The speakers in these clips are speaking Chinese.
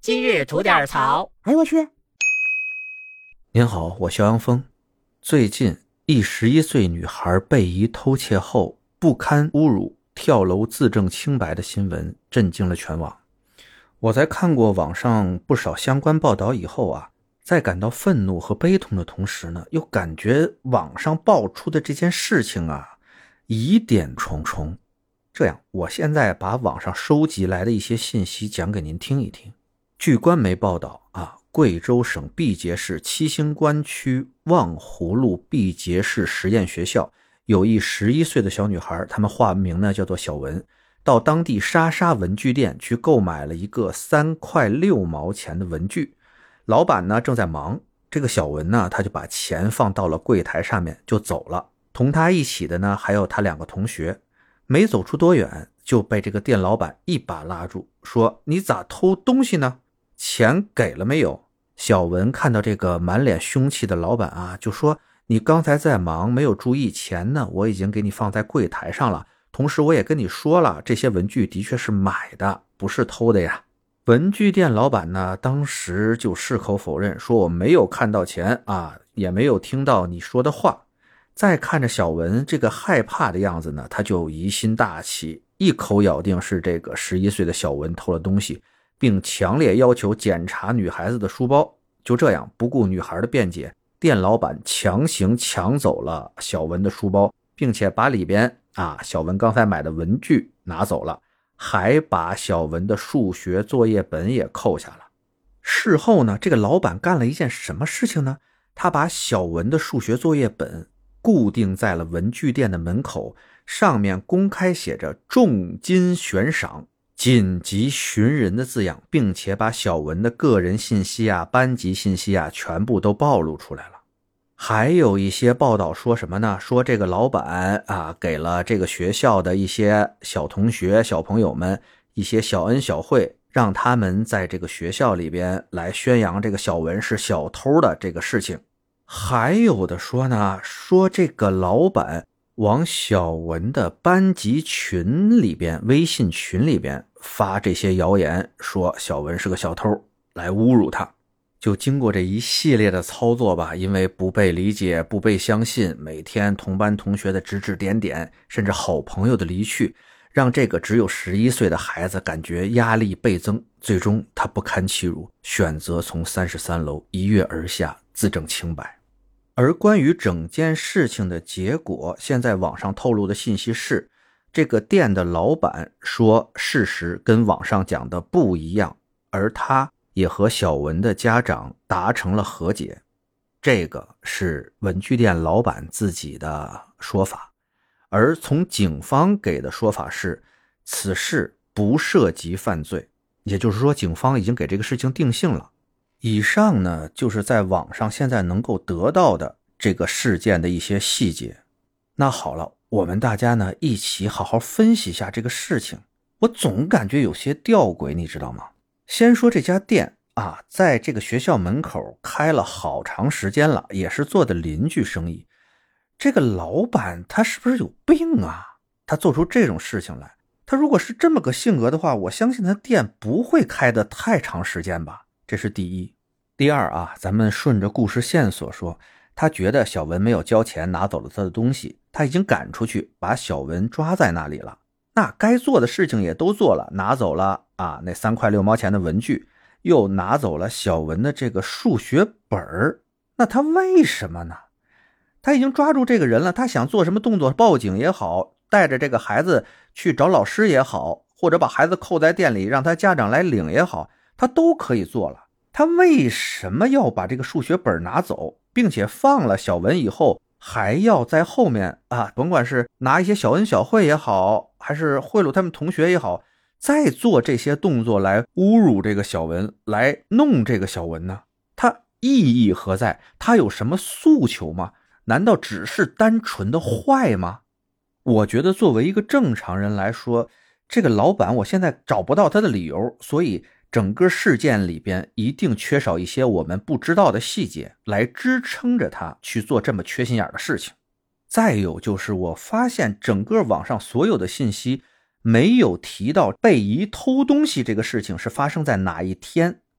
今日吐点槽。 哎我去！ 您好，我肖阳峰。最近一11岁女孩被疑偷窃后不堪侮辱跳楼自证清白的新闻震惊了全网。我在看过网上不少相关报道以后在感到愤怒和悲痛的同时呢，又感觉网上爆出的这件事情疑点重重。这样，我现在把网上收集来的一些信息讲给您听一听。据官媒报道贵州省毕节市七星关区望湖路毕节市实验学校有一11岁的小女孩，她们化名呢叫做小文，到当地莎莎文具店去购买了一个3块6毛钱的文具。老板呢正在忙，这个小文呢她就把钱放到了柜台上面就走了。同她一起的呢还有她2个同学。没走出多远就被这个店老板一把拉住，说你咋偷东西呢？钱给了没有？小文看到这个满脸凶气的老板就说你刚才在忙没有注意，钱呢我已经给你放在柜台上了，同时我也跟你说了，这些文具的确是买的，不是偷的呀。文具店老板呢当时就矢口否认，说我没有看到钱也没有听到你说的话。再看着小文这个害怕的样子呢，他就疑心大起，一口咬定是这个11岁的小文偷了东西，并强烈要求检查女孩子的书包。就这样，不顾女孩的辩解，店老板强行抢走了小文的书包，并且把里边小文刚才买的文具拿走了，还把小文的数学作业本也扣下了。事后呢，这个老板干了一件什么事情呢？他把小文的数学作业本固定在了文具店的门口，上面公开写着重金悬赏紧急寻人的字样，并且把小文的个人信息班级信息全部都暴露出来了。还有一些报道说什么呢？说这个老板给了这个学校的一些小同学小朋友们一些小恩小惠，让他们在这个学校里边来宣扬这个小文是小偷的这个事情。还有的说呢，说这个老板往小文的班级群里边微信群里边发这些谣言，说小文是个小偷，来侮辱他。就经过这一系列的操作吧，因为不被理解不被相信，每天同班同学的指指点点，甚至好朋友的离去，让这个只有11岁的孩子感觉压力倍增，最终他不堪其辱，选择从33楼一跃而下自证清白。而关于整件事情的结果，现在网上透露的信息是，这个店的老板说事实跟网上讲的不一样，而他也和小文的家长达成了和解。这个是文具店老板自己的说法，而从警方给的说法是此事不涉及犯罪，也就是说警方已经给这个事情定性了。以上呢，就是在网上现在能够得到的这个事件的一些细节。那好了，我们大家呢一起好好分析一下这个事情。我总感觉有些吊诡，你知道吗？先说这家店在这个学校门口开了好长时间了，也是做的邻居生意。这个老板他是不是有病他做出这种事情来。他如果是这么个性格的话，我相信他店不会开得太长时间吧。这是第一。第二咱们顺着故事线索说，他觉得小文没有交钱拿走了他的东西，他已经赶出去把小文抓在那里了，那该做的事情也都做了，拿走了那3块6毛钱的文具，又拿走了小文的这个数学本儿。那他为什么呢？他已经抓住这个人了，他想做什么动作，报警也好，带着这个孩子去找老师也好，或者把孩子扣在店里让他家长来领也好，他都可以做了。他为什么要把这个数学本拿走，并且放了小文以后，还要在后面甭管是拿一些小恩小惠也好，还是贿赂他们同学也好，再做这些动作来侮辱这个小文，来弄这个小文呢？他意义何在？他有什么诉求吗？难道只是单纯的坏吗？我觉得作为一个正常人来说，这个老板我现在找不到他的理由，所以整个事件里边一定缺少一些我们不知道的细节来支撑着他去做这么缺心眼的事情。再有就是我发现整个网上所有的信息没有提到被疑偷东西这个事情是发生在哪一天，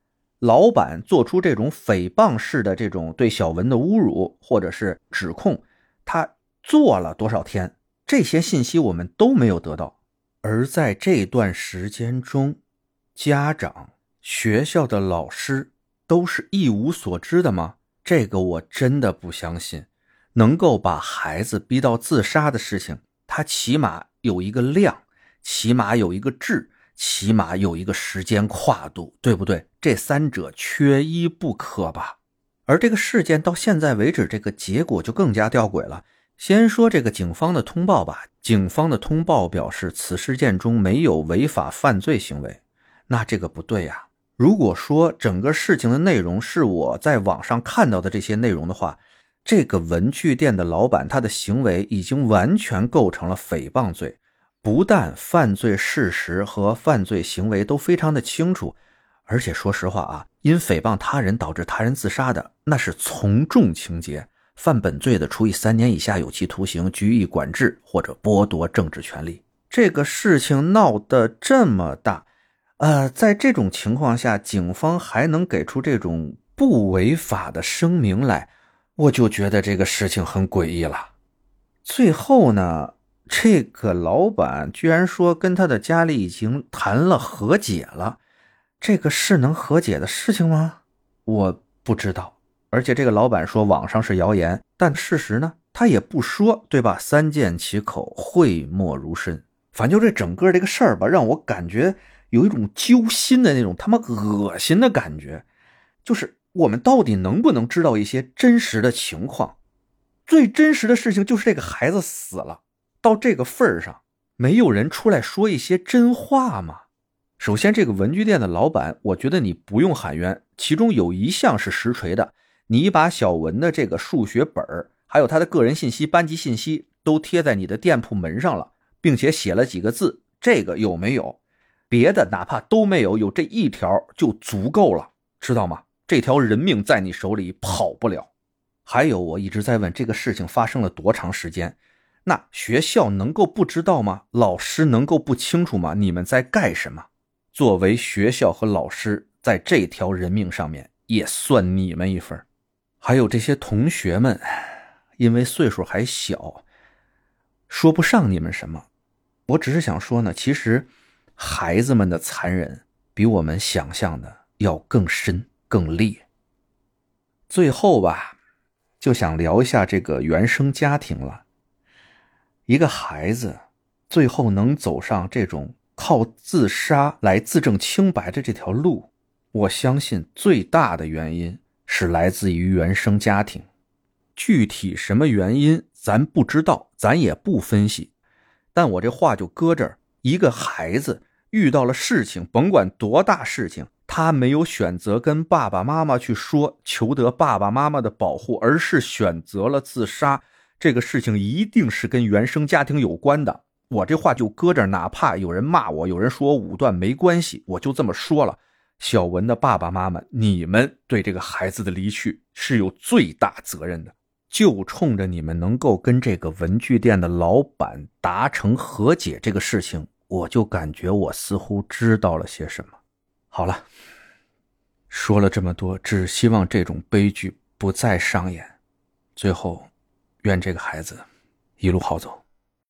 老板做出这种诽谤式的这种对小文的侮辱或者是指控，他做了多少天，这些信息我们都没有得到。而在这段时间中，家长、学校的老师都是一无所知的吗？这个我真的不相信。能够把孩子逼到自杀的事情，它起码有一个量，起码有一个质，起码有一个时间跨度，对不对？这三者缺一不可吧。而这个事件到现在为止，这个结果就更加吊诡了。先说这个警方的通报吧，警方的通报表示此事件中没有违法犯罪行为。那这个不对啊。如果说整个事情的内容是我在网上看到的这些内容的话，这个文具店的老板他的行为已经完全构成了诽谤罪，不但犯罪事实和犯罪行为都非常的清楚，而且说实话啊，因诽谤他人导致他人自杀的，那是从重情节，犯本罪的处以3年以下有期徒刑、拘役管制或者剥夺政治权利。这个事情闹得这么大，在这种情况下，警方还能给出这种不违法的声明来，我就觉得这个事情很诡异了。最后呢，这个老板居然说跟他的家里已经谈了和解了，这个是能和解的事情吗？我不知道。而且这个老板说网上是谣言，但事实呢，他也不说，对吧？三缄其口，讳莫如深。反正就这整个这个事儿吧，让我感觉有一种揪心的那种他妈恶心的感觉。就是我们到底能不能知道一些真实的情况？最真实的事情就是这个孩子死了，到这个份儿上，没有人出来说一些真话吗？首先这个文具店的老板，我觉得你不用喊冤，其中有一项是实锤的，你把小文的这个数学本还有他的个人信息、班级信息都贴在你的店铺门上了，并且写了几个字，这个有没有？别的哪怕都没有，有这一条就足够了，知道吗？这条人命在你手里跑不了。还有我一直在问，这个事情发生了多长时间？那学校能够不知道吗？老师能够不清楚吗？你们在干什么？作为学校和老师，在这条人命上面也算你们一份。还有这些同学们，因为岁数还小，说不上你们什么。我只是想说呢，其实孩子们的残忍比我们想象的要更深更烈。最后吧，就想聊一下这个原生家庭了。一个孩子最后能走上这种靠自杀来自证清白的这条路，我相信最大的原因是来自于原生家庭。具体什么原因咱不知道，咱也不分析，但我这话就搁这儿。一个孩子遇到了事情，甭管多大事情，他没有选择跟爸爸妈妈去说，求得爸爸妈妈的保护，而是选择了自杀，这个事情一定是跟原生家庭有关的。我这话就搁这儿，哪怕有人骂我，有人说我武断，没关系，我就这么说了。小文的爸爸妈妈，你们对这个孩子的离去是有最大责任的。就冲着你们能够跟这个文具店的老板达成和解这个事情，我就感觉我似乎知道了些什么。好了，说了这么多，只希望这种悲剧不再上演。最后，愿这个孩子一路好走。